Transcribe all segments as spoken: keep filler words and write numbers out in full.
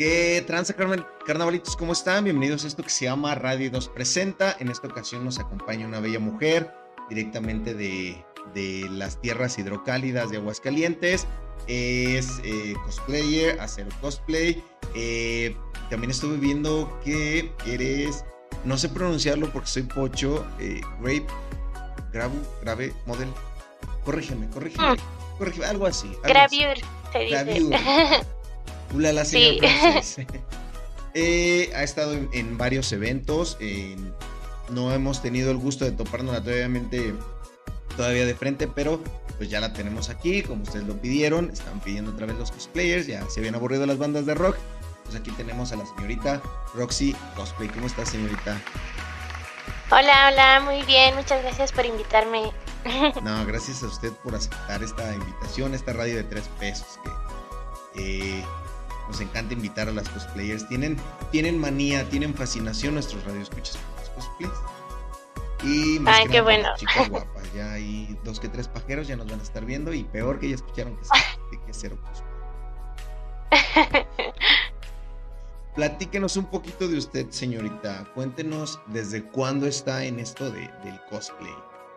¿Qué tranza, carnal- carnavalitos? ¿Cómo están? Bienvenidos a esto que se llama Radio dos Presenta. En esta ocasión nos acompaña una bella mujer directamente de, de las tierras hidrocálidas de Aguascalientes. Es eh, cosplayer, hacer cosplay. Eh, también estuve viendo que eres, no sé pronunciarlo porque soy pocho, eh, Grape, Gravu, Grave, Model. Corrígeme, corrígeme, Mm, corrígeme, algo así. Algo así. Gravure, se dice. Gravure. Ulala, señor Sí. francés. Eh, ha estado en, en varios eventos. En- no hemos tenido el gusto de toparnos obviamente todavía de frente, pero pues ya la tenemos aquí, como ustedes lo pidieron. Están pidiendo otra vez los cosplayers, ya se habían aburrido las bandas de rock. Pues aquí tenemos a la señorita Roxy Cosplay. ¿Cómo está, señorita? Hola, hola, muy bien, muchas gracias por invitarme. No, gracias a usted por aceptar esta invitación, esta radio de tres pesos que eh, nos encanta invitar a las cosplayers. Tienen, tienen manía, tienen fascinación nuestros radioescuchas por los cosplays. Y más Ay, que qué nada por bueno. las chicas guapas. Ya hay dos que tres pajeros, ya nos van a estar viendo. Y peor que ya escucharon que, se- que cero cosplay. Platíquenos un poquito de usted, señorita. Cuéntenos desde cuándo está en esto de, del cosplay.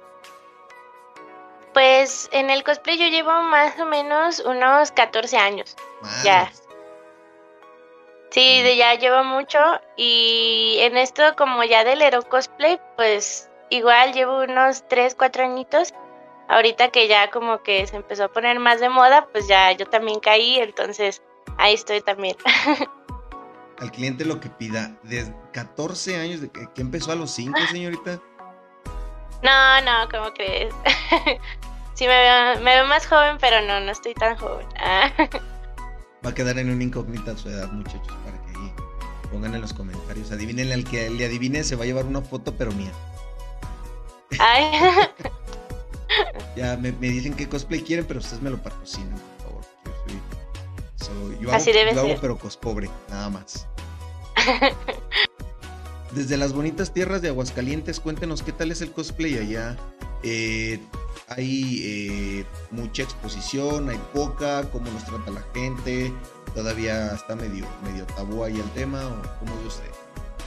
Pues en el cosplay yo llevo más o menos unos catorce años. Ya. Madres. Sí, Mm. de ya llevo mucho. Y en esto como ya del hero cosplay, pues igual llevo unos tres, cuatro añitos. Ahorita que ya como que se empezó a poner más de moda, pues ya yo también caí, entonces ahí estoy también. Al cliente lo que pida. Desde catorce años, de que, que empezó a los cinco, señorita. No, no, ¿cómo crees? Sí, me veo, me veo más joven, pero no, no estoy tan joven. Ah. Va a quedar en una incógnita su edad, muchachos, para que ahí pongan en los comentarios. Adivinen, al que le adivine se va a llevar una foto, pero mía. Ay. Ya me, me dicen qué cosplay quieren, pero ustedes me lo patrocinan, por favor. Yo soy, soy- yo hago, Así debe yo hago, ser. pero cospobre, nada más. Desde las bonitas tierras de Aguascalientes, cuéntenos qué tal es el cosplay allá. Eh, hay eh, mucha exposición, hay poca, cómo nos trata la gente, todavía está medio, medio tabú ahí el tema, o cómo ve usted.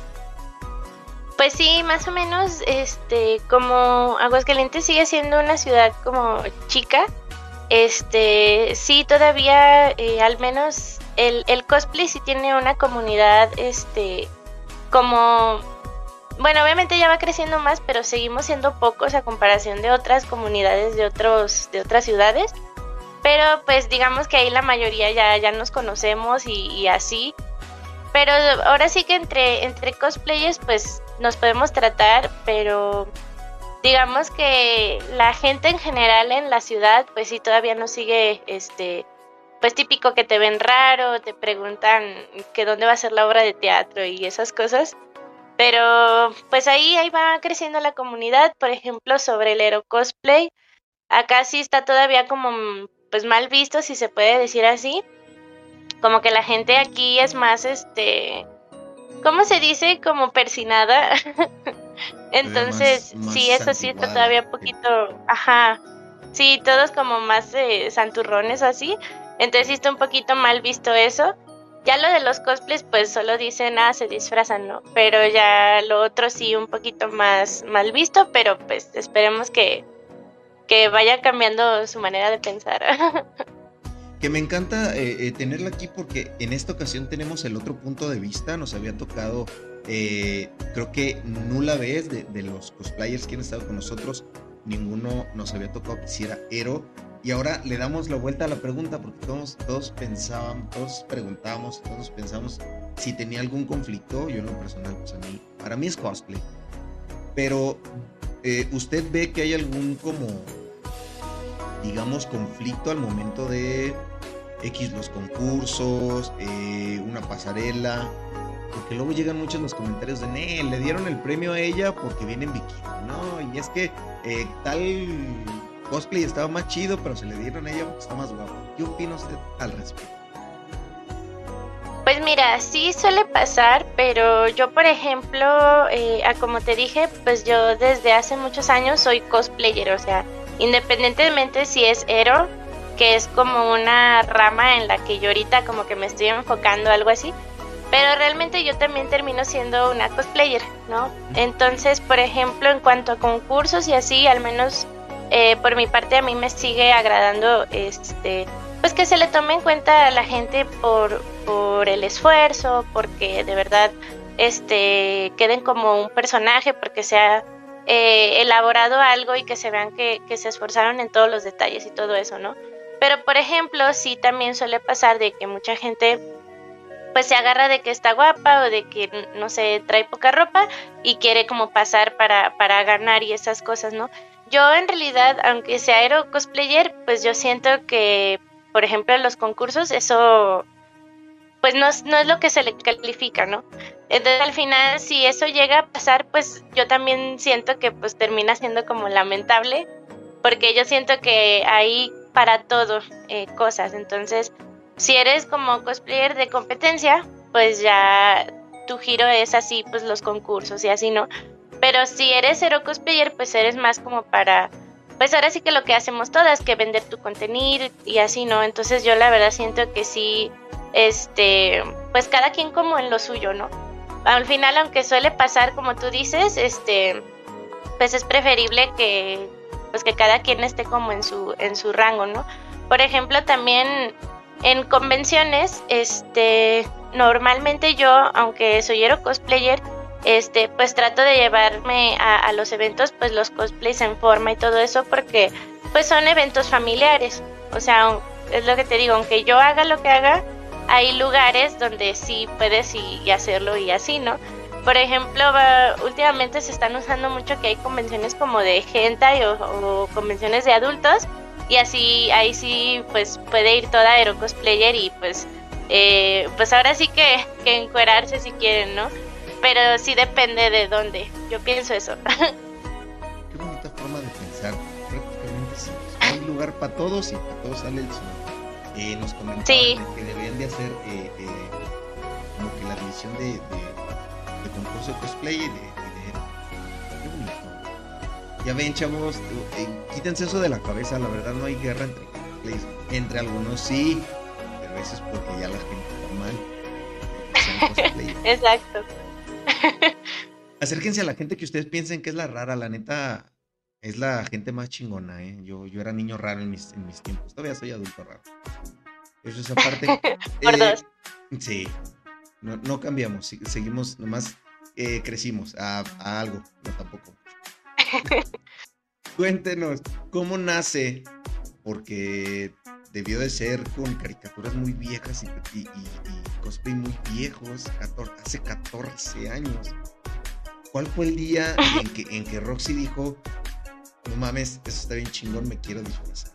Pues sí, más o menos, este, como Aguascalientes sigue siendo una ciudad como chica, este, sí todavía, eh, al menos el, el cosplay sí tiene una comunidad, este, como, bueno, obviamente ya va creciendo más, pero seguimos siendo pocos a comparación de otras comunidades de otros, de otras ciudades. Pero pues digamos que ahí la mayoría ya, ya nos conocemos y, y así. Pero ahora sí que entre, entre cosplayers pues nos podemos tratar, pero digamos que la gente en general en la ciudad pues sí todavía nos sigue, este, pues típico que te ven raro, te preguntan que dónde va a ser la obra de teatro y esas cosas. Pero pues ahí, ahí va creciendo la comunidad, por ejemplo, sobre el hero cosplay. Acá sí está todavía como mm, pues mal visto, si se puede decir así. Como que la gente aquí es más, este, ¿cómo se dice? Como persinada. Se ve más, Entonces, sí, más eso sí está antiguada la todavía un gente. poquito, ajá. Sí, todos como más eh, santurrones así. Entonces sí está un poquito mal visto eso. Ya lo de los cosplays, pues solo dicen, ah, se disfrazan, ¿no? Pero ya lo otro sí un poquito más mal visto, pero pues esperemos que, que vaya cambiando su manera de pensar. Que me encanta eh, eh, tenerla aquí porque en esta ocasión tenemos el otro punto de vista. Nos había tocado, eh, creo que nula vez de, de los cosplayers que han estado con nosotros, ninguno nos había tocado que hiciera Ero. Y ahora le damos la vuelta a la pregunta porque todos, todos pensaban, todos preguntábamos, todos pensamos si tenía algún conflicto. Yo en lo personal, pues a mí, para mí es cosplay. Pero eh, ¿usted ve que hay algún como, digamos, conflicto al momento de X los concursos, eh, una pasarela? Porque luego llegan muchos los comentarios de, "Nee, le dieron el premio a ella porque viene en bikini, ¿no? Y es que eh, tal cosplay estaba más chido, pero se le dieron a ella porque está más guapo". ¿Qué opina usted al respecto? Pues mira, sí suele pasar, pero yo, por ejemplo, eh, a como te dije, pues yo desde hace muchos años soy cosplayer, o sea, independientemente si es Ero, que es como una rama en la que yo ahorita como que me estoy enfocando, algo así. Pero realmente yo también termino siendo una cosplayer, ¿no? Entonces, por ejemplo, en cuanto a concursos y así, al menos eh, por mi parte a mí me sigue agradando, este, pues que se le tome en cuenta a la gente por, por el esfuerzo, porque de verdad este, queden como un personaje, porque se ha eh, elaborado algo y que se vean que, que se esforzaron en todos los detalles y todo eso, ¿no? Pero, por ejemplo, sí también suele pasar de que mucha gente pues se agarra de que está guapa o de que, no sé, trae poca ropa y quiere como pasar para, para ganar y esas cosas, ¿no? Yo en realidad, aunque sea aero cosplayer, pues yo siento que, por ejemplo, en los concursos, eso pues no, no es lo que se le califica, ¿no? Entonces al final, si eso llega a pasar, pues yo también siento que pues termina siendo como lamentable, porque yo siento que hay para todo eh, cosas, entonces si eres como cosplayer de competencia, pues ya tu giro es así, pues los concursos y así, ¿no? Pero si eres cero cosplayer, pues eres más como para, pues ahora sí que lo que hacemos todas, que vender tu contenido y así, ¿no? Entonces yo la verdad siento que sí, este, pues cada quien como en lo suyo, ¿no? Al final, aunque suele pasar, como tú dices, este, pues es preferible que, pues que cada quien esté como en su, en su rango, ¿no? Por ejemplo, también en convenciones, este, normalmente yo, aunque soy hero cosplayer, este, pues trato de llevarme a, a los eventos, pues los cosplays en forma y todo eso, porque pues son eventos familiares. O sea, es lo que te digo, aunque yo haga lo que haga, hay lugares donde sí puedes y, y hacerlo y así, ¿no? Por ejemplo, va, últimamente se están usando mucho que hay convenciones como de hentai o, o convenciones de adultos, y así ahí sí pues puede ir toda aero cosplayer y pues eh, pues ahora sí que, que encuerarse si quieren, ¿no? Pero sí depende de dónde. Yo pienso eso. Qué bonita forma de pensar. Prácticamente sí. Hay lugar para todos y para todos sale el sol. Eh, nos comentaban sí. que deberían de hacer eh, eh, como que la división de, de, de concurso de cosplay y de, de... Qué bonito. Ya ven, chavos, eh, quítense eso de la cabeza. La verdad no hay guerra entre cosplays. Entre algunos sí, pero eso es porque ya la gente está mal. Exacto. Acérquense a la gente que ustedes piensen que es la rara, la neta es la gente más chingona, ¿eh? Yo, yo era niño raro en mis, en mis tiempos, todavía soy adulto raro. Eso es aparte. Por eh, dos. Sí, no, no cambiamos, seguimos, nomás eh, crecimos a, a algo, no tampoco. Cuéntenos, ¿cómo nace? Porque debió de ser con caricaturas muy viejas y, y, y, y cosplay muy viejos, catorce, hace catorce años. ¿Cuál fue el día en que, en que Roxy dijo, no mames, eso está bien chingón, me quiero disfrazar?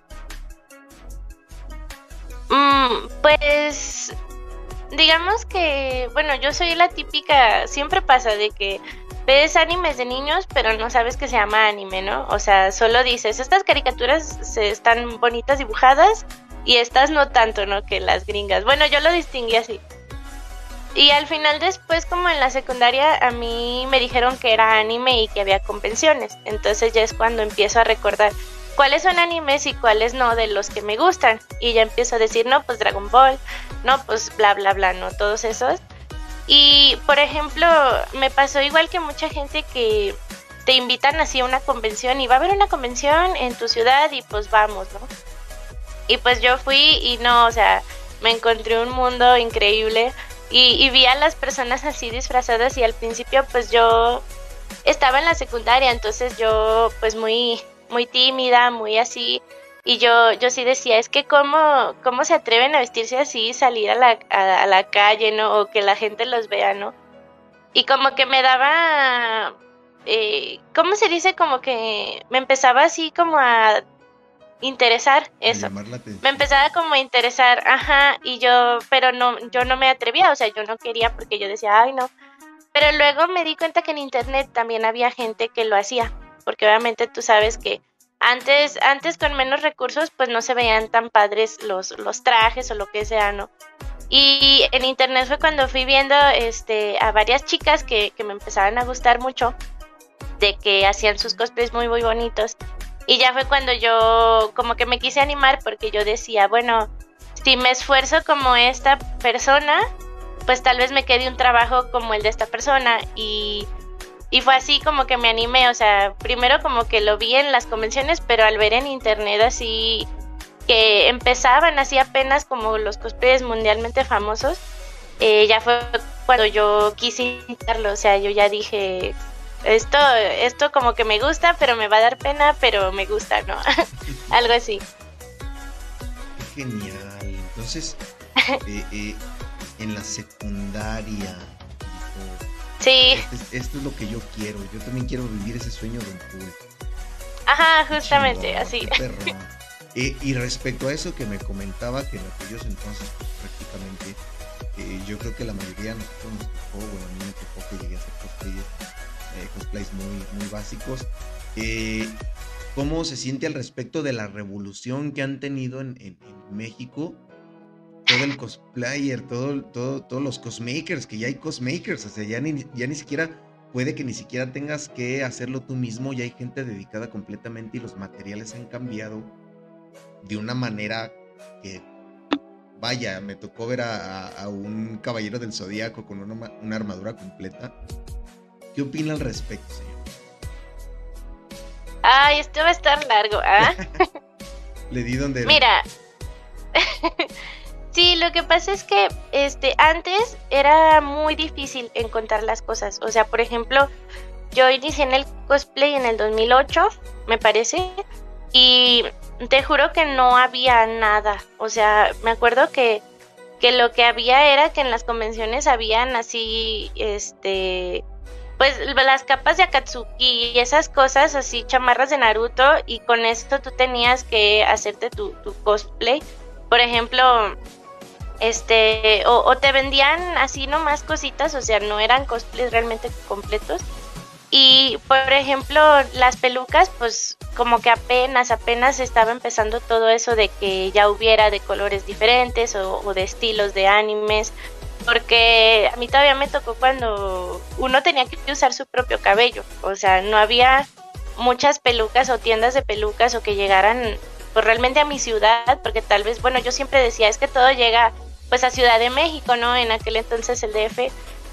Mm, pues, digamos que, bueno, yo soy la típica, siempre pasa de que ves animes de niños, pero no sabes que se llama anime, ¿no? O sea, solo dices, estas caricaturas se están bonitas dibujadas y estas no tanto, ¿no? Que las gringas. Bueno, yo lo distinguí así. Y al final después, como en la secundaria, a mí me dijeron que era anime y que había convenciones. Entonces ya es cuando empiezo a recordar cuáles son animes y cuáles no de los que me gustan. Y ya empiezo a decir, no, pues Dragon Ball, no, pues bla, bla, bla, no, todos esos. Y, por ejemplo, me pasó igual que mucha gente que te invitan así a una convención y va a haber una convención en tu ciudad y pues vamos, ¿no? Y pues yo fui y no, o sea, me encontré un mundo increíble. Y, y vi a las personas así disfrazadas y al principio pues yo estaba en la secundaria, entonces yo pues muy muy tímida, muy así, y yo yo sí decía, es que cómo, cómo se atreven a vestirse así y salir a la, a, a la calle, ¿no? O que la gente los vea, ¿no? Y como que me daba, eh, ¿cómo se dice? Como que me empezaba así como a interesar eso, me empezaba como a interesar, ajá, y yo, pero no, yo no me atrevía, o sea, yo no quería porque yo decía, ay no, pero luego me di cuenta que en internet también había gente que lo hacía, porque obviamente tú sabes que antes, antes con menos recursos, pues no se veían tan padres los, los trajes o lo que sea, ¿no? Y en internet fue cuando fui viendo este, a varias chicas que, que me empezaban a gustar mucho, de que hacían sus cosplays muy muy bonitos. Y ya fue cuando yo como que me quise animar porque yo decía, bueno, si me esfuerzo como esta persona, pues tal vez me quede un trabajo como el de esta persona. Y, y fue así como que me animé, o sea, primero como que lo vi en las convenciones, pero al ver en internet así que empezaban así apenas como los cosplayers mundialmente famosos, eh, ya fue cuando yo quise intentarlo, o sea, yo ya dije, esto, esto como que me gusta, pero me va a dar pena, pero me gusta, ¿no? Algo así. Qué genial. Entonces, eh, eh, en la secundaria, dijo, Sí. este es- esto es lo que yo quiero. Yo también quiero vivir ese sueño de un pool. Ajá, Qué justamente, chingón, así. qué perrón. Eh, y respecto a eso que me comentaba, que en aquellos entonces, pues prácticamente, eh, yo creo que la mayoría de nosotros nos tocó, bueno, a mí me tocó que llegué a hacer cosplays, eh, cosplays muy, muy básicos. Eh, ¿Cómo se siente al respecto de la revolución que han tenido en, en- en México? Todo el cosplayer, todo, todo, todos los cosmakers, que ya hay cosmakers, o sea, ya ni, ya ni siquiera, puede que ni siquiera tengas que hacerlo tú mismo, ya hay gente dedicada completamente y los materiales han cambiado de una manera que, vaya, me tocó ver a, a- a un caballero del Zodíaco con una, ma- una armadura completa. ¿Qué opina al respecto, señor? Ay, esto va a estar largo, ¿ah? Le di donde era. Mira, sí, lo que pasa es que este antes era muy difícil encontrar las cosas. O sea, por ejemplo, yo inicié en el cosplay en el dos mil ocho, me parece, y te juro que no había nada. O sea, me acuerdo que, que lo que había era que en las convenciones habían así, este, pues las capas de Akatsuki y esas cosas así, chamarras de Naruto, y con esto tú tenías que hacerte tu, tu cosplay. Por ejemplo, este, o, o te vendían así nomás cositas, o sea, no eran cosplays realmente completos. Y por ejemplo, las pelucas, pues como que apenas, apenas estaba empezando todo eso de que ya hubiera de colores diferentes o, o de estilos de animes, porque a mí todavía me tocó cuando uno tenía que usar su propio cabello, o sea, no había muchas pelucas o tiendas de pelucas o que llegaran pues realmente a mi ciudad, porque tal vez, bueno, yo siempre decía, es que todo llega pues a Ciudad de México, ¿no? En aquel entonces el D F,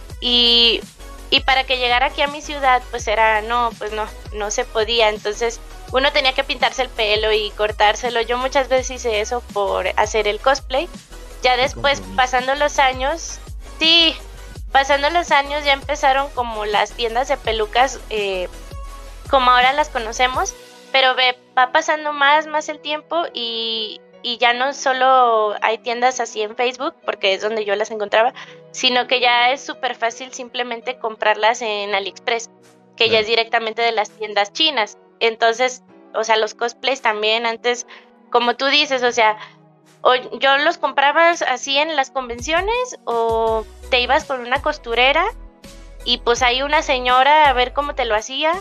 y y para que llegara aquí a mi ciudad, pues era, no, pues no, no se podía. Entonces uno tenía que pintarse el pelo y cortárselo. Yo muchas veces hice eso por hacer el cosplay. Ya Qué después, compromiso. pasando los años, sí, pasando los años ya empezaron como las tiendas de pelucas, eh, como ahora las conocemos, pero ve, va pasando más, más el tiempo y, y ya no solo hay tiendas así en Facebook, porque es donde yo las encontraba, sino que ya es súper fácil simplemente comprarlas en AliExpress, que ya es Claro. directamente de las tiendas chinas. Entonces, o sea, los cosplays también antes, como tú dices, o sea, o yo los comprabas así en las convenciones o te ibas con una costurera y pues ahí una señora a ver cómo te lo hacía,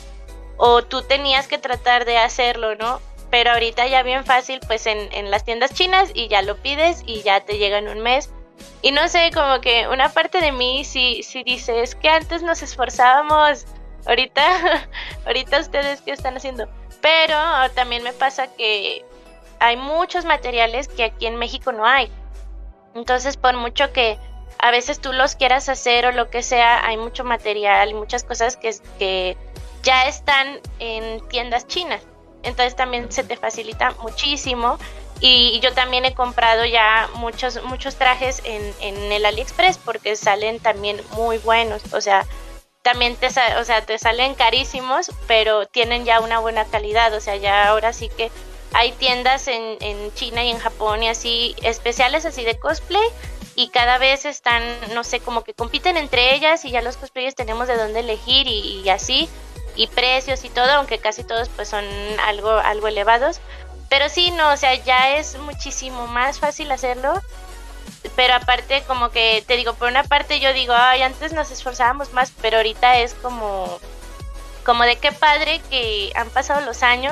o tú tenías que tratar de hacerlo, ¿no? Pero ahorita ya bien fácil, pues en, en las tiendas chinas y ya lo pides y ya te llega en un mes. Y no sé, como que una parte de mí sí, sí dice, es que antes nos esforzábamos, ahorita, ahorita ustedes qué están haciendo. Pero también me pasa que hay muchos materiales que aquí en México no hay. Entonces, por mucho que a veces tú los quieras hacer o lo que sea, hay mucho material y muchas cosas que, que ya están en tiendas chinas. Entonces también se te facilita muchísimo. Y yo también he comprado ya muchos muchos trajes en, en el AliExpress porque salen también muy buenos. O sea, también te, o sea, te salen carísimos, pero tienen ya una buena calidad. O sea, ya ahora sí que hay tiendas en, en China y en Japón y así, especiales así de cosplay, y cada vez están, no sé, como que compiten entre ellas y ya los cosplayers tenemos de dónde elegir y, y así, y precios y todo, aunque casi todos pues son algo, algo elevados. Pero sí, no, o sea, ya es muchísimo más fácil hacerlo. Pero aparte, como que te digo, por una parte yo digo, ay, antes nos esforzábamos más, pero ahorita es como, como de qué padre que han pasado los años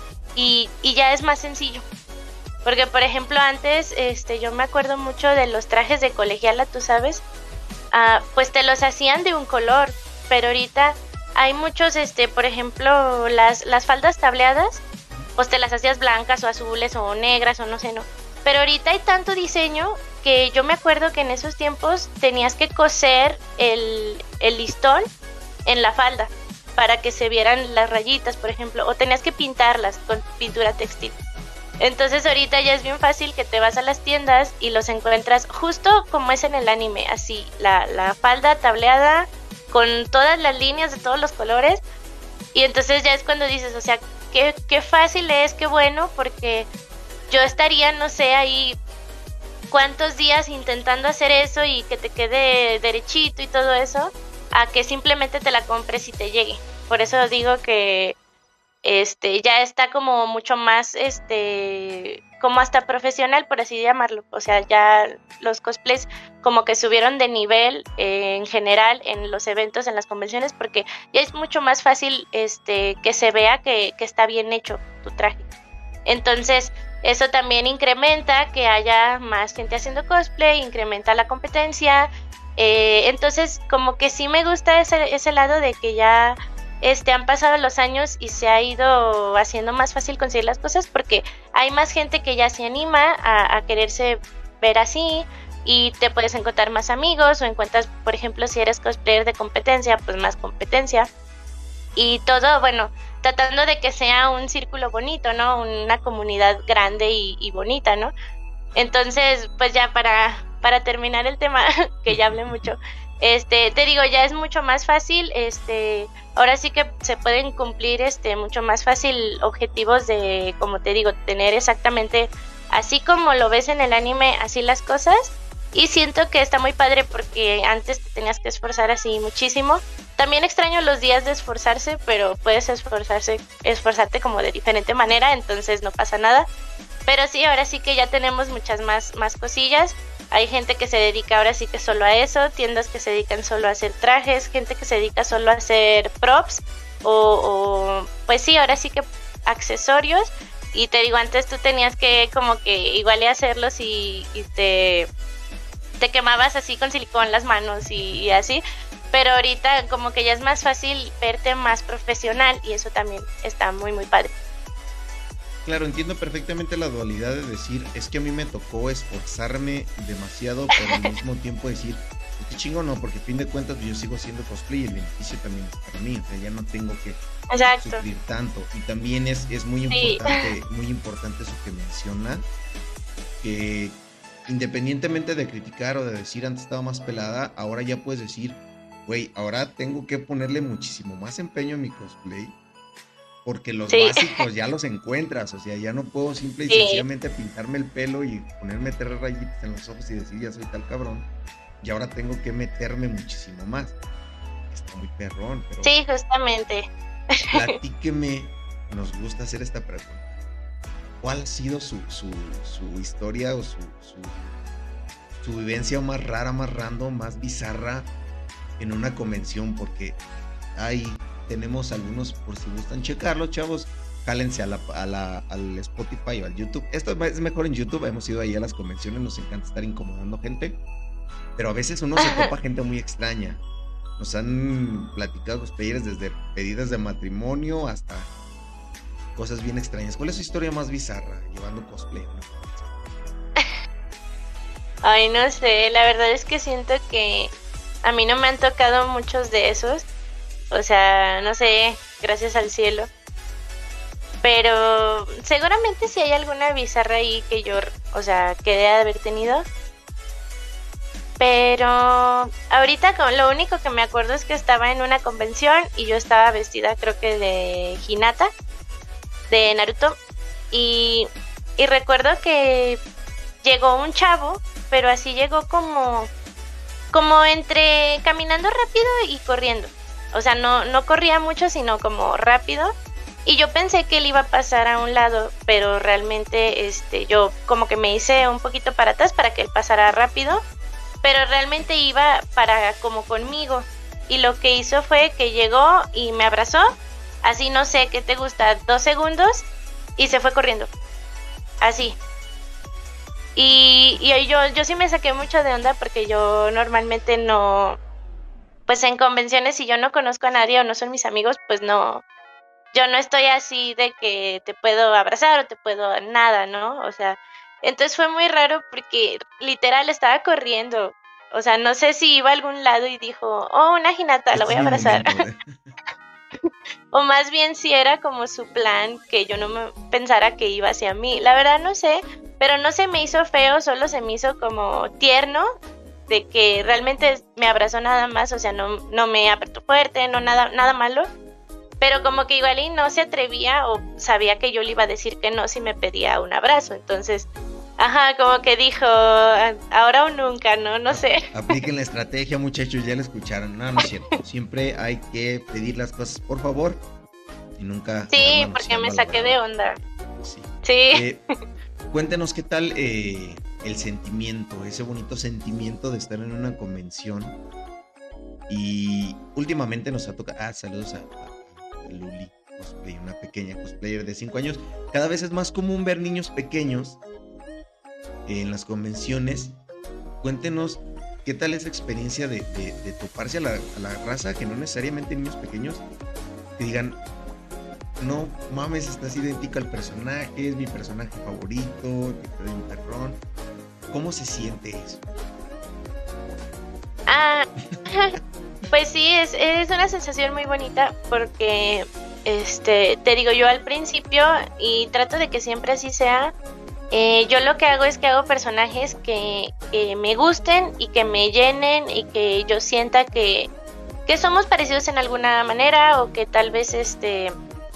y, y ya es más sencillo. Porque, por ejemplo, antes, este, yo me acuerdo mucho de los trajes de colegiala, tú sabes, ah, pues te los hacían de un color, pero ahorita hay muchos, este, por ejemplo, las, las faldas tableadas, pues te las hacías blancas o azules o negras o no sé, ¿no? Pero ahorita hay tanto diseño que yo me acuerdo que en esos tiempos tenías que coser el, el listón en la falda para que se vieran las rayitas, por ejemplo, o tenías que pintarlas con pintura textil. Entonces ahorita ya es bien fácil que te vas a las tiendas y los encuentras justo como es en el anime, así, la, la falda tableada con todas las líneas de todos los colores. Y entonces ya es cuando dices, o sea, qué, qué fácil es, qué bueno, porque yo estaría, no sé, ahí cuántos días intentando hacer eso y que te quede derechito y todo eso, a que simplemente te la compres y te llegue. Por eso digo que este ya está como mucho más, este, como hasta profesional, por así llamarlo. O sea, ya los cosplays como que subieron de nivel eh, en general en los eventos, en las convenciones, porque ya es mucho más fácil este que se vea que, que está bien hecho tu traje. Entonces, eso también incrementa que haya más gente haciendo cosplay, incrementa la competencia. Eh, entonces, como que sí me gusta ese, ese lado de que ya este, han pasado los años y se ha ido haciendo más fácil conseguir las cosas porque hay más gente que ya se anima a, a quererse ver así y te puedes encontrar más amigos o encuentras, por ejemplo, si eres cosplayer de competencia, pues más competencia. Y todo, bueno, tratando de que sea un círculo bonito, ¿no? Una comunidad grande y, y bonita, ¿no? Entonces, pues ya para, para terminar el tema, que ya hablé mucho, este, te digo, ya es mucho más fácil, este, ahora sí que se pueden cumplir, este, mucho más fácil objetivos de, como te digo, tener exactamente así como lo ves en el anime, así las cosas. Y siento que está muy padre porque antes te tenías que esforzar así muchísimo. También extraño los días de esforzarse, pero puedes esforzarse, esforzarte como de diferente manera, entonces no pasa nada. Pero sí, ahora sí que ya tenemos muchas más, más cosillas. Hay gente que se dedica ahora sí que solo a eso, tiendas que se dedican solo a hacer trajes, gente que se dedica solo a hacer props o, o pues sí, ahora sí que accesorios. Y te digo, antes tú tenías que como que igual hacerlos y, y te... te quemabas así con silicón las manos y, y así, pero ahorita como que ya es más fácil verte más profesional y eso también está muy muy padre. Claro, entiendo perfectamente la dualidad de decir, es que a mí me tocó esforzarme demasiado, pero al mismo tiempo decir, pues qué chingo no, porque a fin de cuentas yo sigo haciendo cosplay y el beneficio también es para mí, o sea, ya no tengo que Exacto. sufrir tanto. Y también es, es muy importante, sí. muy importante eso que menciona, que independientemente de criticar o de decir antes estaba más pelada, ahora ya puedes decir, güey, ahora tengo que ponerle muchísimo más empeño a mi cosplay, porque los sí. básicos ya los encuentras, o sea, ya no puedo simple y sí. sencillamente pintarme el pelo y ponerme tres rayitas en los ojos y decir ya soy tal cabrón, y ahora tengo que meterme muchísimo más. Está muy perrón, pero... Sí, justamente. Platíqueme, nos gusta hacer esta pregunta. ¿Cuál ha sido su, su, su historia o su, su, su vivencia más rara, más random, más bizarra en una convención? Porque ahí tenemos algunos, por si gustan checarlo, chavos, jálense a la, a la, al Spotify o al YouTube. Esto es mejor en YouTube, hemos ido ahí a las convenciones, nos encanta estar incomodando gente, pero a veces uno se topa gente muy extraña. Nos han platicado cosplayers desde pedidas de matrimonio hasta cosas bien extrañas. ¿Cuál es su historia más bizarra llevando cosplay? Ay, no sé, la verdad es que siento que a mí no me han tocado muchos de esos. O sea, no sé, gracias al cielo. Pero seguramente si hay alguna bizarra ahí que yo, o sea, que de haber tenido. Pero ahorita con lo único que me acuerdo es que estaba en una convención y yo estaba vestida creo que de Hinata, de Naruto, y, y recuerdo que llegó un chavo, pero así llegó como como entre caminando rápido y corriendo, o sea, no, no corría mucho, sino como rápido, y yo pensé que él iba a pasar a un lado, pero realmente este, yo como que me hice un poquito para atrás para que él pasara rápido, pero realmente iba para como conmigo, y lo que hizo fue que llegó y me abrazó, así no sé, ¿qué te gusta? Dos segundos y se fue corriendo. Así. Y, y yo, yo sí me saqué mucho de onda porque yo normalmente no, pues en convenciones si yo no conozco a nadie o no son mis amigos, pues no, yo no estoy así de que te puedo abrazar o te puedo nada, ¿no? O sea, entonces fue muy raro porque literal estaba corriendo. O sea, no sé si iba a algún lado y dijo, oh, una Hinata, la Este voy es a mi abrazar. momento. ¿eh? O más bien si era como su plan, que yo no me pensara que iba hacia mí. La verdad no sé, pero no se me hizo feo, solo se me hizo como tierno, de que realmente me abrazó nada más, o sea, no, no me apretó fuerte, no nada, nada malo. Pero como que igual y no se atrevía o sabía que yo le iba a decir que no si me pedía un abrazo. Entonces, ajá, como que dijo, ahora o nunca, ¿no? No sé. Apliquen la estrategia, muchachos, ya la escucharon. No, no es cierto. Siempre hay que pedir las cosas por favor y nunca. Sí, porque me saqué de onda. Sí. Sí. Eh, cuéntenos qué tal eh, el sentimiento, ese bonito sentimiento de estar en una convención. Y últimamente nos ha tocado. Ah, saludos a, a, a Luli, cosplay, una pequeña cosplayer de cinco años. Cada vez es más común ver niños pequeños en las convenciones. Cuéntenos qué tal esa experiencia de, de, de toparse a la, a la raza, que no necesariamente niños pequeños, que digan, no mames, estás idéntica al personaje, es mi personaje favorito, que te doy un perrón. ¿Cómo se siente eso? Ah, pues sí, es, es una sensación muy bonita porque, este, te digo yo al principio, y trato de que siempre así sea, eh, yo lo que hago es que hago personajes que, que me gusten y que me llenen y que yo sienta que, que somos parecidos en alguna manera, o que tal vez este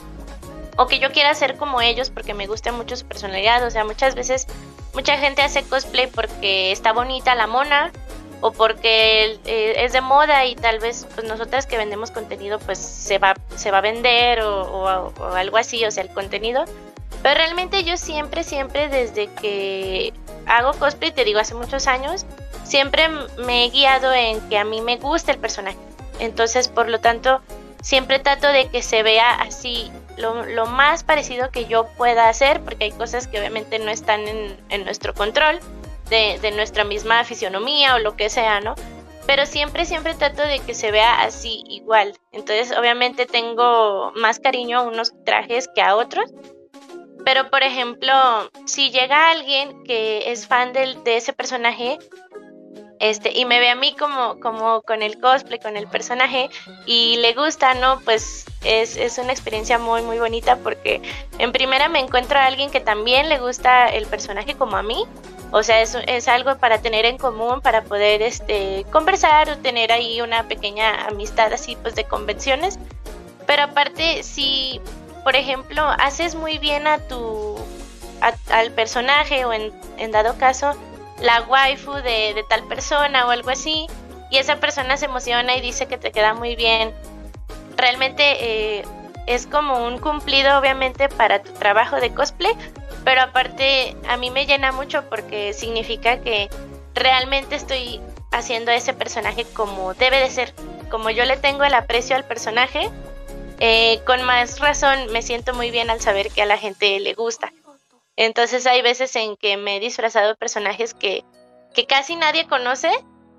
o que yo quiera ser como ellos porque me gusta mucho su personalidad. O sea, muchas veces mucha gente hace cosplay porque está bonita la mona o porque eh, es de moda, y tal vez pues nosotras que vendemos contenido pues se va se va a vender o, o, o algo así, o sea, el contenido. Pero realmente yo siempre, siempre desde que hago cosplay, te digo, hace muchos años, siempre me he guiado en que a mí me gusta el personaje. Entonces, por lo tanto, siempre trato de que se vea así, lo, lo más parecido que yo pueda hacer, porque hay cosas que obviamente no están en, en nuestro control, de, de nuestra misma fisionomía o lo que sea, ¿no? Pero siempre, siempre trato de que se vea así, igual. Entonces, obviamente tengo más cariño a unos trajes que a otros. Pero, por ejemplo, si llega alguien que es fan del, de ese personaje, este, y me ve a mí como, como con el cosplay, con el personaje, y le gusta, ¿no? Pues es, es una experiencia muy, muy bonita, porque en primera me encuentro a alguien que también le gusta el personaje como a mí. O sea, es, es algo para tener en común, para poder este, conversar o tener ahí una pequeña amistad así, pues, de convenciones. Pero aparte, si, por ejemplo, haces muy bien a tu a, al personaje, o en, en dado caso la waifu de, de tal persona o algo así, y esa persona se emociona y dice que te queda muy bien, realmente eh, es como un cumplido obviamente para tu trabajo de cosplay. Pero aparte a mí me llena mucho porque significa que realmente estoy haciendo a ese personaje como debe de ser, como yo le tengo el aprecio al personaje. Eh, con más razón me siento muy bien al saber que a la gente le gusta. Entonces hay veces en que me he disfrazado de personajes que, que casi nadie conoce,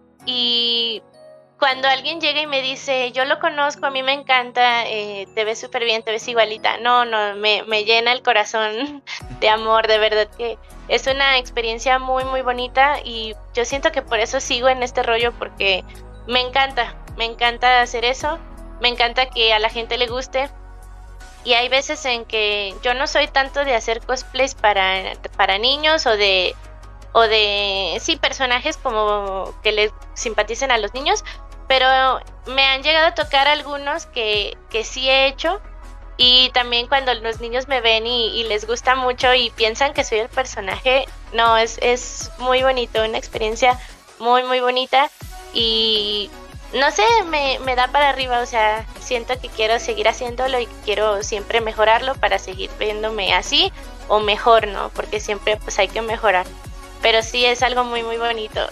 y cuando alguien llega y me dice, yo lo conozco, a mí me encanta, eh, te ves súper bien, te ves igualita, no, no, me, me llena el corazón de amor, de verdad que es una experiencia muy, muy bonita, y yo siento que por eso sigo en este rollo, porque me encanta, me encanta hacer eso. Me encanta que a la gente le guste, y hay veces en que yo no soy tanto de hacer cosplays para, para niños o de, o de, sí, personajes como que les simpaticen a los niños, pero me han llegado a tocar algunos que, que sí he hecho, y también cuando los niños me ven y, y les gusta mucho y piensan que soy el personaje, no, es, es muy bonito, una experiencia muy, muy bonita, y no sé, me, me da para arriba. O sea, siento que quiero seguir haciéndolo y quiero siempre mejorarlo para seguir viéndome así o mejor, ¿no? Porque siempre pues hay que mejorar. Pero sí es algo muy, muy bonito.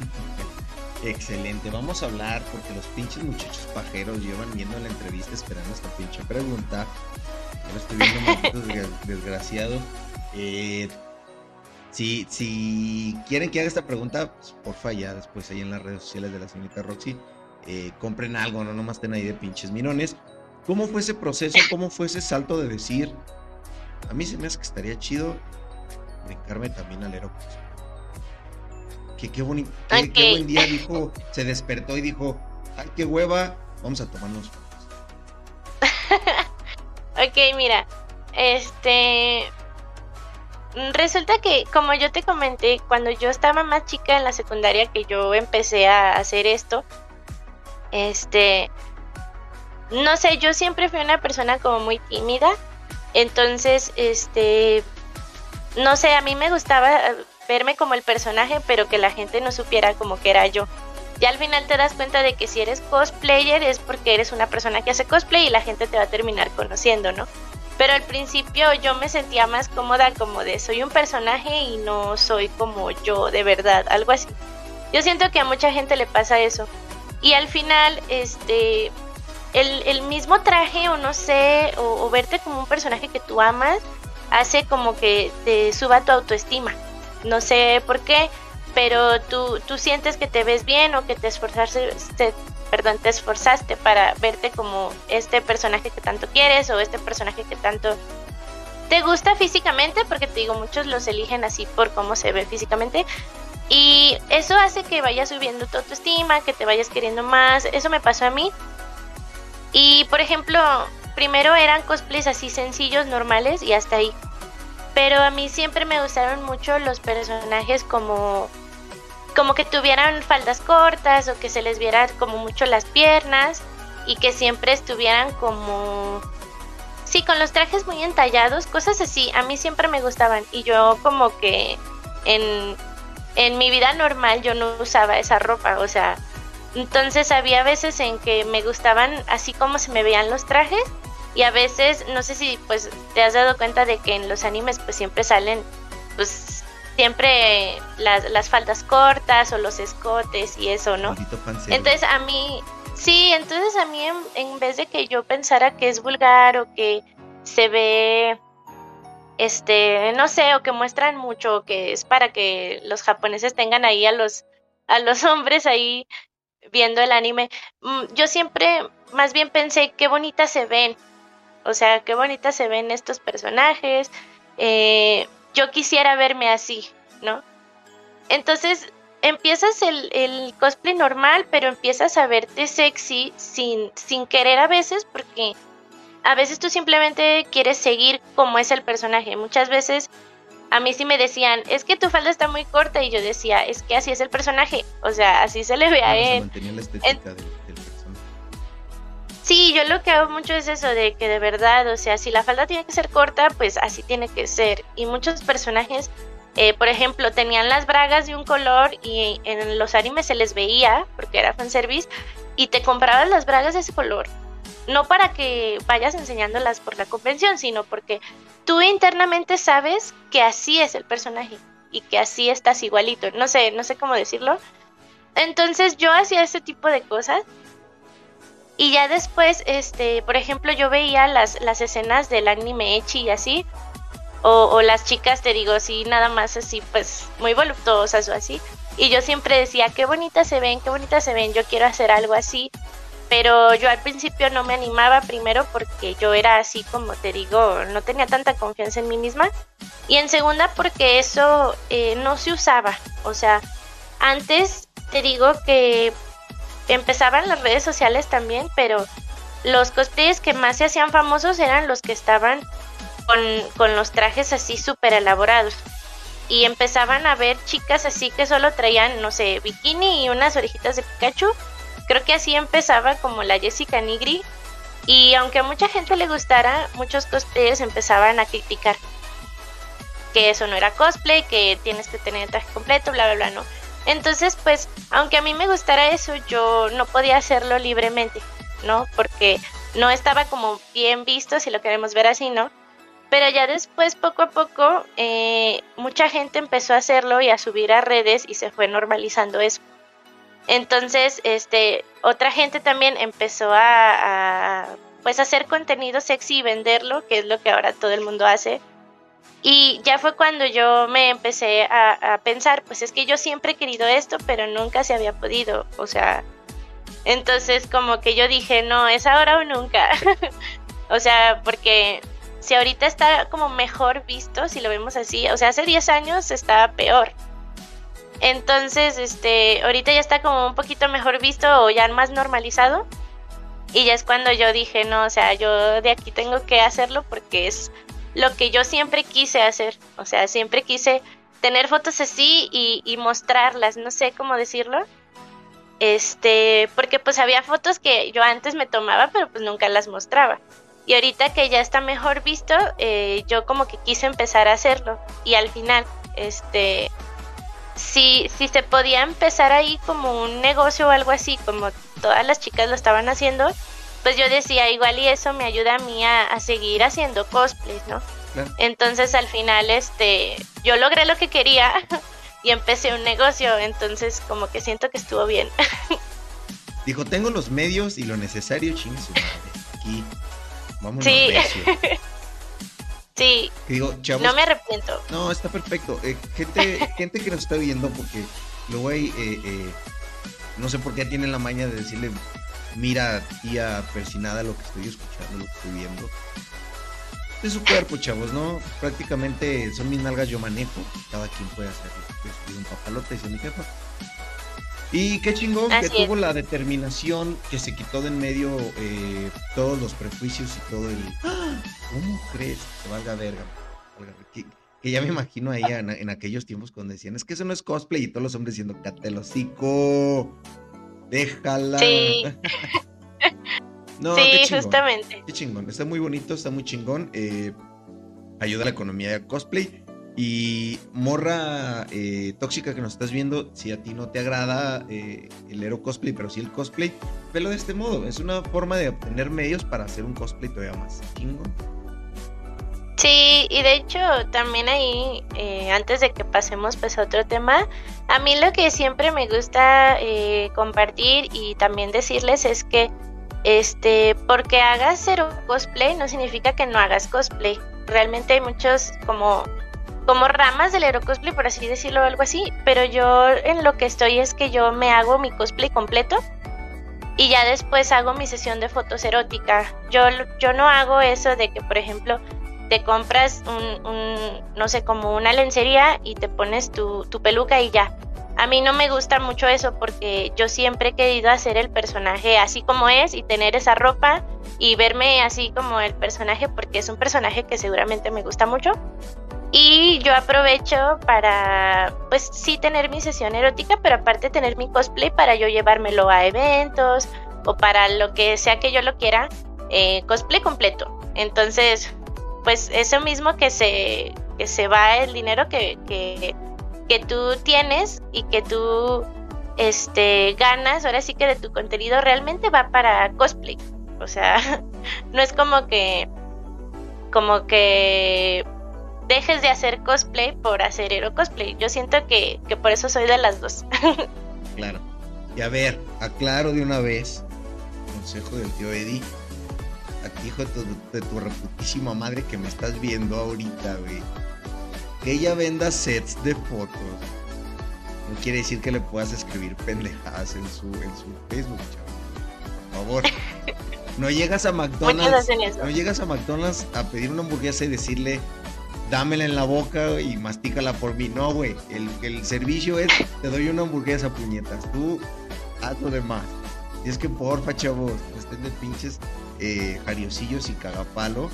Excelente, vamos a hablar porque los pinches muchachos pajeros llevan viendo la entrevista esperando esta pinche pregunta. Yo lo estoy viendo, malditos desgraciados. Eh, si, si quieren que haga esta pregunta, pues, porfa, ya después ahí en las redes sociales de la señorita Roxy. Eh, compren algo, no nomás estén ahí de pinches mirones. ¿Cómo fue ese proceso? ¿Cómo fue ese salto de decir, a mí se me hace que estaría chido brincarme también al aeropuerto? Qué, qué, boni qué, qué Ok. buen día dijo, se despertó y dijo, ay, qué hueva, vamos a tomarnos fotos. Ok, mira, este, mm, resulta que, como yo te comenté, cuando yo estaba más chica en la secundaria, que yo empecé a hacer esto, este, no sé, yo siempre fui una persona como muy tímida, entonces, este, no sé, a mí me gustaba eh, verme como el personaje, pero que la gente no supiera como que era yo. Ya al final te das cuenta de que si eres cosplayer es porque eres una persona que hace cosplay y la gente te va a terminar conociendo, ¿no? Pero al principio yo me sentía más cómoda como de soy un personaje y no soy como yo de verdad, algo así. Yo siento que a mucha gente le pasa eso. Y al final, este, el, el mismo traje o no sé, o, o verte como un personaje que tú amas, hace como que te suba tu autoestima. No sé por qué, pero tú, tú sientes que te ves bien o que te esforzaste, te- perdón, te esforzaste para verte como este personaje que tanto quieres o este personaje que tanto te gusta físicamente, porque te digo, muchos los eligen así por cómo se ve físicamente. Y eso hace que vayas subiendo tu autoestima, que te vayas queriendo más. Eso me pasó a mí. Y por ejemplo, primero eran cosplays así sencillos, normales y hasta ahí. Pero a mí siempre me gustaron mucho los personajes como como que tuvieran faldas cortas o que se les viera como mucho las piernas y que siempre estuvieran como, sí, con los trajes muy entallados, cosas así, a mí siempre me gustaban y yo como que en, en mi vida normal yo no usaba esa ropa, o sea, entonces había veces en que me gustaban así como se me veían los trajes y a veces, no sé si pues te has dado cuenta de que en los animes pues siempre salen pues siempre las, las faldas cortas o los escotes y eso, ¿no? Maldito fanservice. Entonces a mí, sí, entonces a mí en, en vez de que yo pensara que es vulgar o que se ve, este, no sé, o que muestran mucho, o que es para que los japoneses tengan ahí a los, a los hombres ahí viendo el anime, mm, yo siempre más bien pensé qué bonitas se ven, o sea, qué bonitas se ven estos personajes, eh, yo quisiera verme así, ¿no? Entonces empiezas el, el cosplay normal, pero empiezas a verte sexy sin, sin querer a veces, porque a veces tú simplemente quieres seguir como es el personaje. Muchas veces a mí sí me decían, es que tu falda está muy corta, y yo decía, es que así es el personaje, o sea, así se le ve a Claro, se él. mantenía la En- estética del, del personaje. sí, yo lo que hago mucho es eso, de que de verdad, o sea, si la falda tiene que ser corta, pues así tiene que ser. Y muchos personajes, eh, por ejemplo, tenían las bragas de un color y en los animes se les veía, porque era fanservice, y te comprabas las bragas de ese color. No para que vayas enseñándolas por la convención, sino porque tú internamente sabes que así es el personaje y que así estás igualito. No sé, no sé cómo decirlo. Entonces yo hacía ese tipo de cosas y ya después, este, por ejemplo, yo veía las, las escenas del anime ecchi y así, o, o las chicas, te digo, sí, nada más así, pues muy voluptuosas o así. Y yo siempre decía, qué bonitas se ven, qué bonitas se ven, yo quiero hacer algo así. Pero yo al principio no me animaba, primero porque yo era así como te digo, no tenía tanta confianza en mí misma. Y en segunda porque eso eh, no se usaba. O sea, antes te digo que empezaban las redes sociales también, pero los cosplayers que más se hacían famosos eran los que estaban con, con los trajes así súper elaborados. Y empezaban a ver chicas así que solo traían, no sé, bikini y unas orejitas de Pikachu. Creo que así empezaba como la Jessica Nigri. Y aunque a mucha gente le gustara, muchos cosplayers empezaban a criticar que eso no era cosplay, que tienes que tener el traje completo, bla, bla, bla, no. Entonces, pues, aunque a mí me gustara eso, yo no podía hacerlo libremente, ¿no? Porque no estaba como bien visto, si lo queremos ver así, ¿no? Pero ya después, poco a poco, eh, mucha gente empezó a hacerlo y a subir a redes y se fue normalizando eso. Entonces, este, otra gente también empezó a, a pues hacer contenido sexy y venderlo, que es lo que ahora todo el mundo hace. Y ya fue cuando yo me empecé a, a pensar, pues es que yo siempre he querido esto, pero nunca se había podido. O sea, Entonces como que yo dije, no, es ahora o nunca. O sea, porque si ahorita está como mejor visto, si lo vemos así, o sea, hace diez años estaba peor. Entonces, este, ahorita ya está como un poquito mejor visto o ya más normalizado. Y ya es cuando yo dije, no, o sea, yo de aquí tengo que hacerlo porque es lo que yo siempre quise hacer. O sea, siempre quise tener fotos así y, y mostrarlas, no sé cómo decirlo. Este, porque pues había fotos que yo antes me tomaba, pero pues nunca las mostraba. Y ahorita que ya está mejor visto, eh, yo como que quise empezar a hacerlo. Y al final, este, si, si se podía empezar ahí como un negocio o algo así, como todas las chicas lo estaban haciendo, pues yo decía, igual y eso me ayuda a mí a, a seguir haciendo cosplays, ¿no? Claro. Entonces al final, este, yo logré lo que quería y empecé un negocio, entonces como que siento que estuvo bien. Dijo, tengo los medios y lo necesario, ching su madre. Aquí, vámonos. Sí. Recio. Sí. Digo, chavos, no me arrepiento. No, está perfecto. Eh, gente, gente que nos está viendo, porque luego hay, eh, eh, no sé por qué tienen la maña de decirle, mira, tía persinada, lo que estoy escuchando, lo que estoy viendo. Es su cuerpo, chavos, ¿no? Prácticamente son mis nalgas, yo manejo. Cada quien puede hacerlo. Yo soy un papalote, dice mi jefa. Y qué chingón Así que es. Tuvo la determinación, que se quitó de en medio eh, todos los prejuicios y todo el... ¡Ah! ¿Cómo crees que se valga verga? Que, que ya me imagino ahí en, en aquellos tiempos cuando decían, es que eso no es cosplay, y todos los hombres diciendo, cállate el hocico, déjala. Sí. No, sí, qué chingón, justamente. Qué chingón, está muy bonito, está muy chingón. Eh, ayuda a la economía del cosplay. Y morra eh, tóxica que nos estás viendo, si a ti no te agrada eh, el hero cosplay, pero sí el cosplay, velo de este modo. Es una forma de obtener medios para hacer un cosplay todavía más chingón. Sí, y de hecho también ahí, eh, antes de que pasemos pues a otro tema, a mí lo que siempre me gusta eh, compartir y también decirles es que este, porque hagas hero cosplay no significa que no hagas cosplay. Realmente hay muchos como... como ramas del hero cosplay, por así decirlo, o algo así, pero yo en lo que estoy es que yo me hago mi cosplay completo y ya después hago mi sesión de fotos erótica. Yo, yo no hago eso de que, por ejemplo, te compras un, un no sé, como una lencería y te pones tu, tu peluca y ya. A mí no me gusta mucho eso porque yo siempre he querido hacer el personaje así como es y tener esa ropa y verme así como el personaje porque es un personaje que seguramente me gusta mucho. Y yo aprovecho para, pues sí, tener mi sesión erótica, pero aparte tener mi cosplay para yo llevármelo a eventos o para lo que sea que yo lo quiera, eh, cosplay completo. Entonces, pues eso mismo que se, que se va el dinero que, que, que tú tienes y que tú este, ganas, ahora sí que de tu contenido realmente va para cosplay. O sea, no es como que, como que... dejes de hacer cosplay por hacer hero cosplay. Yo siento que, que por eso soy de las dos. Claro. Y a ver, aclaro de una vez, consejo del tío Eddie, aquí hijo de tu, de tu reputísima madre que me estás viendo ahorita, güey, que ella venda sets de fotos no quiere decir que le puedas escribir pendejadas en su, en su Facebook, chaval. Por favor. No llegas a McDonald's, no llegas a McDonald's a pedir una hamburguesa y decirle dámela en la boca y mastícala por mí. No, güey, el, el servicio es, te doy una hamburguesa, puñetas, tú haz lo demás. Y es que porfa, chavos, no estén de pinches eh, jariosillos y cagapalo.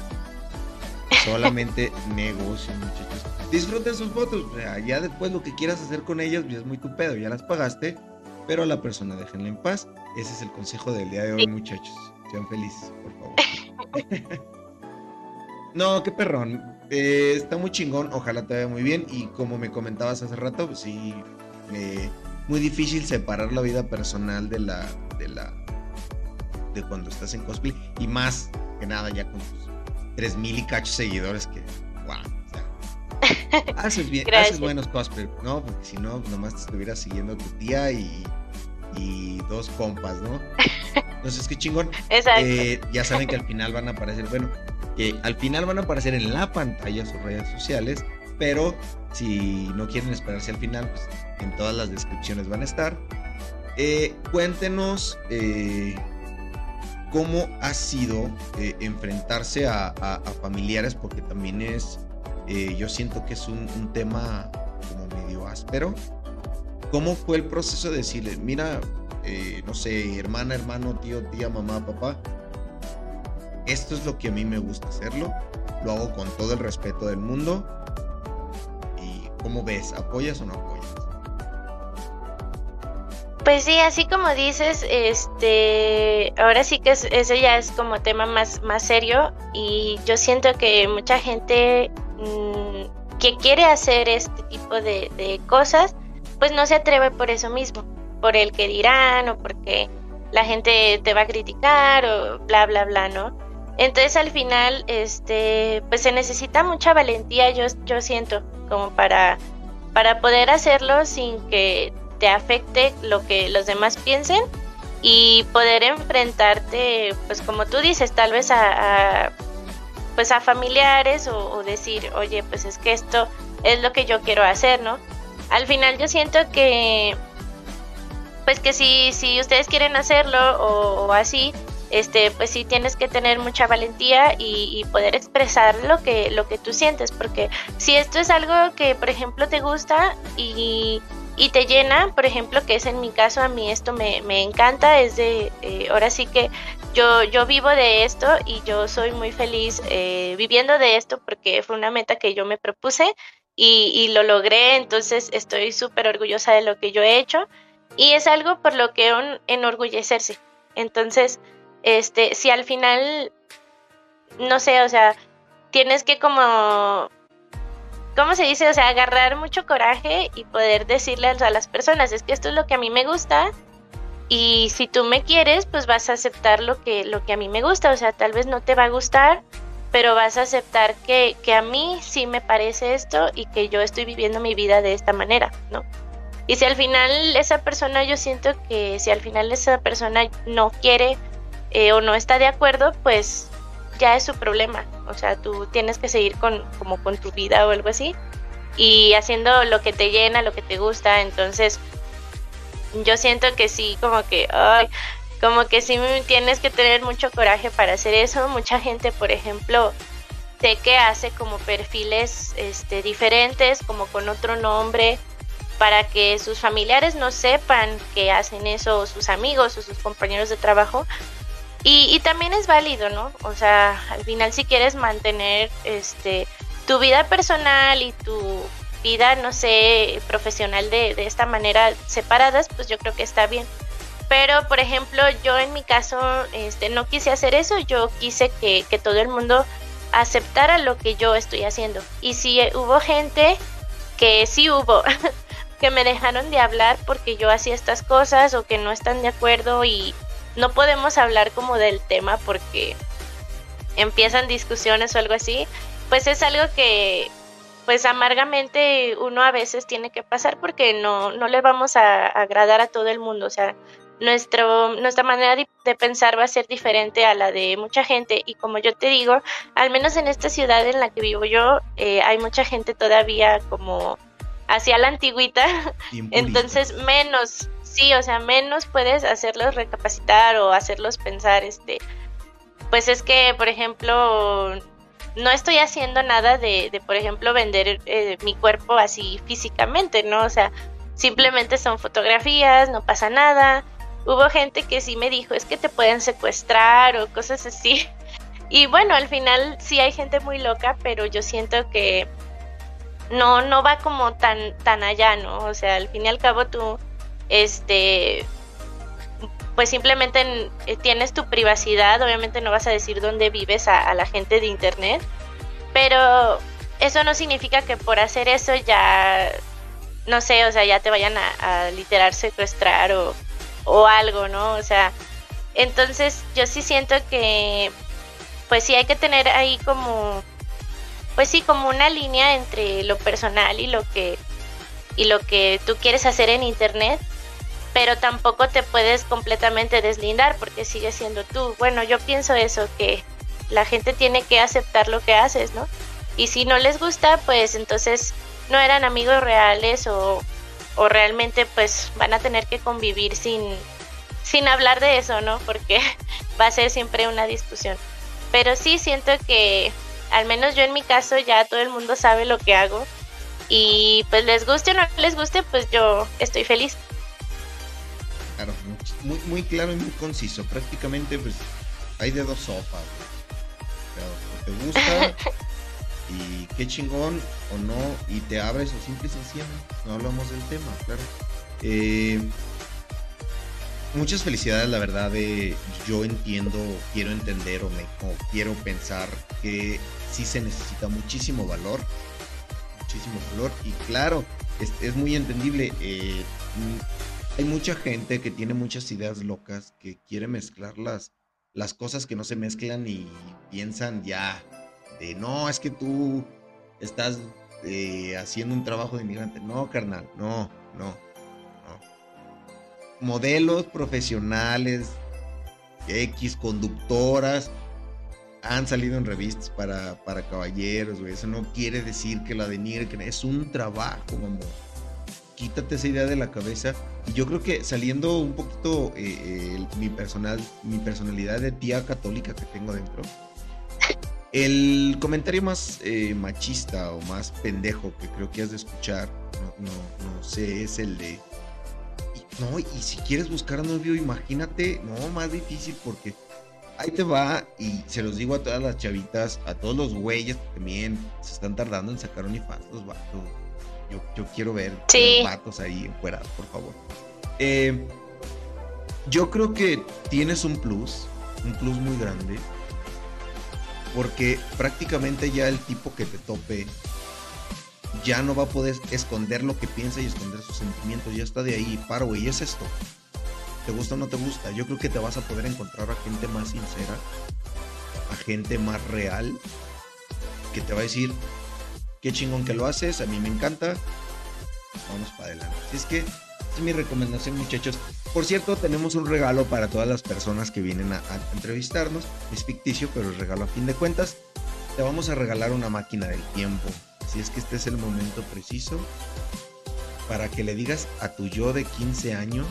Solamente negocio, muchachos. Disfruten sus fotos, o sea, ya después lo que quieras hacer con ellas ya es muy tu pedo, ya las pagaste, pero a la persona déjenla en paz. Ese es el consejo del día de hoy, muchachos. Sean felices, por favor. No, qué perrón. Eh, está muy chingón, ojalá te vaya muy bien. Y como me comentabas hace rato, pues sí, eh, muy difícil separar la vida personal de la, de la, de cuando estás en cosplay. Y más que nada ya con tus tres mil y cacho seguidores que, wow, o sea, haces bien, haces buenos cosplay, ¿no? Porque si no, nomás te estuviera siguiendo tu tía y, y dos compas, ¿no? Entonces, qué chingón. Exacto. Eh, ya saben que al final van a aparecer, bueno, que al final van a aparecer en la pantalla sus redes sociales, pero si no quieren esperarse al final, pues en todas las descripciones van a estar. Eh, cuéntenos eh, cómo ha sido eh, enfrentarse a, a, a familiares, porque también es, eh, yo siento que es un, un tema como medio áspero. ¿Cómo fue el proceso de decirle, mira, eh, no sé, hermana, hermano, tío, tía, mamá, papá, esto es lo que a mí me gusta hacerlo, lo hago con todo el respeto del mundo? ¿Y cómo ves? ¿Apoyas o no apoyas? Pues sí, así como dices, este, ahora sí que es, eso ya es como tema más, más serio, y yo siento que mucha gente mmm, que quiere hacer este tipo de, de cosas, pues no se atreve por eso mismo, por el que dirán o porque la gente te va a criticar o bla, bla, bla, ¿no? Entonces al final, este, pues se necesita mucha valentía, yo, yo siento, como para, para poder hacerlo sin que te afecte lo que los demás piensen y poder enfrentarte, pues como tú dices, tal vez a, a pues a familiares o, o decir, oye, pues es que esto es lo que yo quiero hacer, ¿no? Al final yo siento que, pues que si, si ustedes quieren hacerlo o, o así, este, pues sí tienes que tener mucha valentía y, y poder expresar lo que, lo que tú sientes, porque si esto es algo que, por ejemplo, te gusta y y te llena, por ejemplo, que es en mi caso, a mí esto me, me encanta, es de, eh, ahora sí que yo, yo vivo de esto y yo soy muy feliz eh, viviendo de esto porque fue una meta que yo me propuse y, y lo logré, entonces estoy súper orgullosa de lo que yo he hecho y es algo por lo que un, enorgullecerse. Entonces, este, si al final, no sé, o sea, tienes que como... ¿Cómo se dice? O sea, agarrar mucho coraje y poder decirle a las personas, es que esto es lo que a mí me gusta y si tú me quieres, pues vas a aceptar lo que, lo que a mí me gusta. O sea, tal vez no te va a gustar, pero vas a aceptar que, que a mí sí me parece esto y que yo estoy viviendo mi vida de esta manera, ¿no? Y si al final esa persona, yo siento que si al final esa persona no quiere eh, o no está de acuerdo, pues ya es su problema, o sea, tú tienes que seguir con, como con tu vida o algo así, y haciendo lo que te llena, lo que te gusta. Entonces, yo siento que sí, como que, ay, como que sí tienes que tener mucho coraje para hacer eso. Mucha gente, por ejemplo, sé que hace como perfiles este, diferentes, como con otro nombre, para que sus familiares no sepan que hacen eso, o sus amigos o sus compañeros de trabajo. Y, y también es válido, ¿no? O sea, al final si quieres mantener este tu vida personal y tu vida, no sé, profesional de, de esta manera separadas, pues yo creo que está bien. Pero, por ejemplo, yo en mi caso este, no quise hacer eso, yo quise que, que todo el mundo aceptara lo que yo estoy haciendo. Y si hubo gente, que sí hubo, que me dejaron de hablar porque yo hacía estas cosas o que no están de acuerdo y no podemos hablar como del tema porque empiezan discusiones o algo así, pues es algo que pues amargamente uno a veces tiene que pasar porque no, no le vamos a agradar a todo el mundo. O sea, nuestro, nuestra manera de, de pensar va a ser diferente a la de mucha gente y como yo te digo, al menos en esta ciudad en la que vivo yo, eh, hay mucha gente todavía como hacia la antigüita, entonces menos... Sí, o sea, menos puedes hacerlos recapacitar o hacerlos pensar, este, pues es que, por ejemplo, no estoy haciendo nada de, de por ejemplo, vender eh, mi cuerpo así físicamente, ¿no? O sea, simplemente son fotografías, no pasa nada. Hubo gente que sí me dijo, es que te pueden secuestrar o cosas así. Y bueno, al final sí hay gente muy loca, pero yo siento que no, no va como tan, tan allá, ¿no? O sea, al fin y al cabo tú... este pues simplemente tienes tu privacidad, obviamente no vas a decir dónde vives a, a la gente de internet, pero eso no significa que por hacer eso ya, no sé, o sea, ya te vayan a, a literal secuestrar o, o algo, ¿no? O sea, entonces yo sí siento que pues sí hay que tener ahí como, pues sí, como una línea entre lo personal y lo que, y lo que tú quieres hacer en internet, pero tampoco te puedes completamente deslindar porque sigues siendo tú. Bueno, yo pienso eso, que la gente tiene que aceptar lo que haces, ¿no? Y si no les gusta, pues entonces no eran amigos reales o, o realmente pues van a tener que convivir sin, sin hablar de eso, ¿no? Porque va a ser siempre una discusión. Pero sí siento que, al menos yo en mi caso, ya todo el mundo sabe lo que hago. Y pues les guste o no les guste, pues yo estoy feliz. Claro, muy, muy claro y muy conciso. Prácticamente pues hay de dos sopas. O te gusta y qué chingón o no, y te abres o simple y sencillamente. No hablamos del tema, claro. Eh, muchas felicidades, la verdad. Eh, yo entiendo, quiero entender o, me, o quiero pensar que sí se necesita muchísimo valor. Muchísimo valor y claro, es, es muy entendible. Eh, hay mucha gente que tiene muchas ideas locas que quiere mezclar las, las cosas que no se mezclan y piensan ya de no, es que tú estás eh, haciendo un trabajo de inmigrante. No, carnal, no, no, no. Modelos profesionales, X, conductoras, han salido en revistas para, para caballeros, güey. Eso no quiere decir que la denigren, es un trabajo, mamón. Quítate esa idea de la cabeza. Y yo creo que saliendo un poquito eh, eh, mi, personal, mi personalidad de tía católica que tengo dentro, el comentario más eh, machista o más pendejo que creo que has de escuchar, no, no, no sé, es el de... Y, no, y si quieres buscar novio, imagínate, no, más difícil porque... Ahí te va, y se los digo a todas las chavitas, a todos los güeyes que también se están tardando en sacar OnlyFans, los vatos. Yo, yo quiero ver sí. Los vatos ahí encuerados, por favor. Eh, yo creo que tienes un plus, un plus muy grande, porque prácticamente ya el tipo que te tope ya no va a poder esconder lo que piensa y esconder sus sentimientos, ya está de ahí, paro, güey, es esto. ¿Te gusta o no te gusta? Yo creo que te vas a poder encontrar a gente más sincera, a gente más real, que te va a decir, qué chingón que lo haces, a mí me encanta, vamos para adelante. Así es que, esa es mi recomendación, muchachos. Por cierto, tenemos un regalo para todas las personas que vienen a, a entrevistarnos. Es ficticio, pero es regalo a fin de cuentas. Te vamos a regalar una máquina del tiempo. Así es que este es el momento preciso para que le digas a tu yo de quince años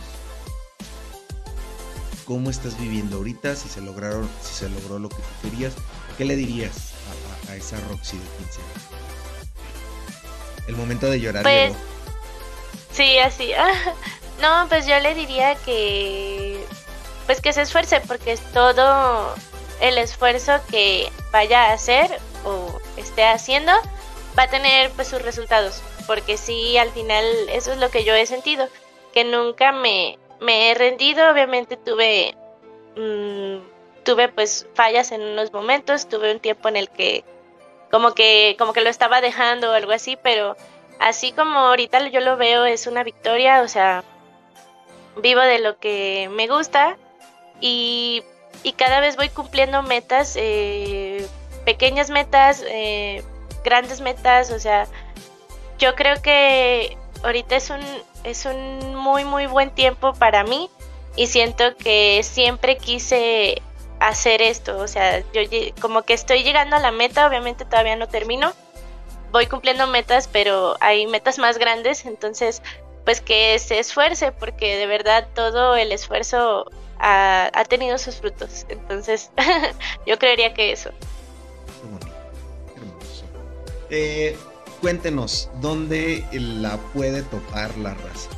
cómo estás viviendo ahorita, si se lograron, si se logró lo que tú querías. ¿Qué le dirías a, a, a esa Roxy de quince años? El momento de llorar pues, llegó. Sí, así. No, pues yo le diría que pues que se esfuerce, porque es todo el esfuerzo que vaya a hacer o esté haciendo va a tener pues sus resultados, porque sí, al final eso es lo que yo he sentido, que nunca me me he rendido. Obviamente tuve mmm, tuve pues fallas en unos momentos, tuve un tiempo en el que como que como que lo estaba dejando o algo así, pero así como ahorita yo lo veo, es una victoria. O sea, vivo de lo que me gusta y, y cada vez voy cumpliendo metas, eh, pequeñas metas, eh, grandes metas. O sea, yo creo que ahorita es un es un muy muy buen tiempo para mí y siento que siempre quise hacer esto. O sea, yo como que estoy llegando a la meta. Obviamente todavía no termino, voy cumpliendo metas, pero hay metas más grandes. Entonces pues que se esfuerce, porque de verdad todo el esfuerzo ha, ha tenido sus frutos. Entonces yo creería que eso. Qué bonito, qué hermoso. Eh, cuéntenos, ¿dónde la puede topar la raza?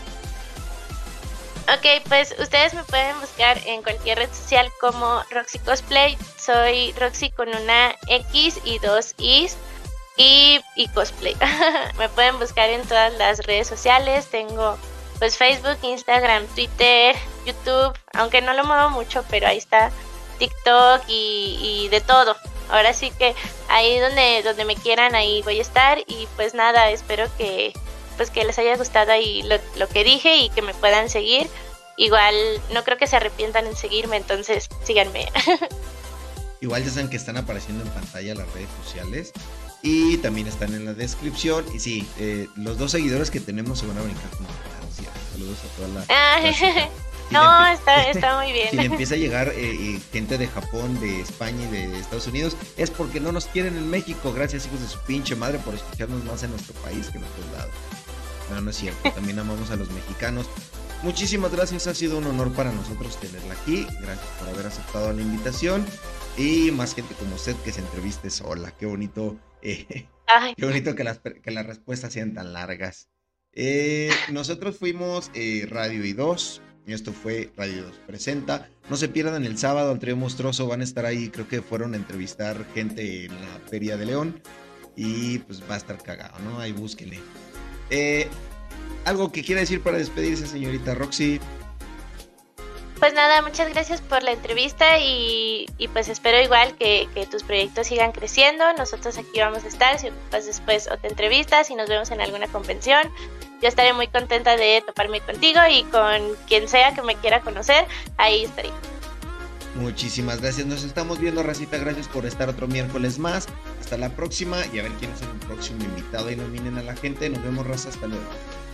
Ok, pues ustedes me pueden buscar en cualquier red social como Roxy Cosplay. Soy Roxy con una X y dos Is y, y cosplay. Me pueden buscar en todas las redes sociales. Tengo pues Facebook, Instagram, Twitter, YouTube, aunque no lo muevo mucho, pero ahí está, TikTok y, y de todo. Ahora sí que ahí donde, donde me quieran, ahí voy a estar. Y pues nada, espero que pues que les haya gustado ahí lo, lo que dije y que me puedan seguir. Igual no creo que se arrepientan en seguirme, entonces síganme. Igual ya saben que están apareciendo en pantalla las redes sociales y también están en la descripción. Y sí, eh, los dos seguidores que tenemos se van a brincar como ansia. Saludos a toda la... Ah, Si no, le, está, está muy bien. Si le empieza a llegar eh, eh, gente de Japón, de España y de Estados Unidos, es porque no nos quieren en México. Gracias, hijos de su pinche madre, por escucharnos más en nuestro país que en otros lados. No, no es cierto, también amamos a los mexicanos. Muchísimas gracias, ha sido un honor para nosotros tenerla aquí. Gracias por haber aceptado la invitación. Y más gente como usted que se entreviste sola. Qué bonito, eh, Ay, qué bonito que las, que las respuestas sean tan largas. Eh, nosotros fuimos eh, Radio I dos. Y esto fue Radio I dos Presenta. No se pierdan el sábado al Trío Monstruoso. Van a estar ahí, creo que fueron a entrevistar gente en la Feria de León. Y pues va a estar cagado, ¿no? Ahí búsquenle. Eh, ¿Algo que quiera decir para despedirse, señorita Roxy? pues nada, muchas gracias por la entrevista y, y pues espero igual que, que tus proyectos sigan creciendo. Nosotros aquí vamos a estar, si ocupas después o te entrevistas y nos vemos en alguna convención. Yo estaré muy contenta de toparme contigo y con quien sea que me quiera conocer, ahí estaré. Muchísimas gracias, nos estamos viendo, racita, gracias por estar otro miércoles más. Hasta la próxima y a ver quién es el próximo invitado y nominen a la gente. Nos vemos, raza, hasta luego.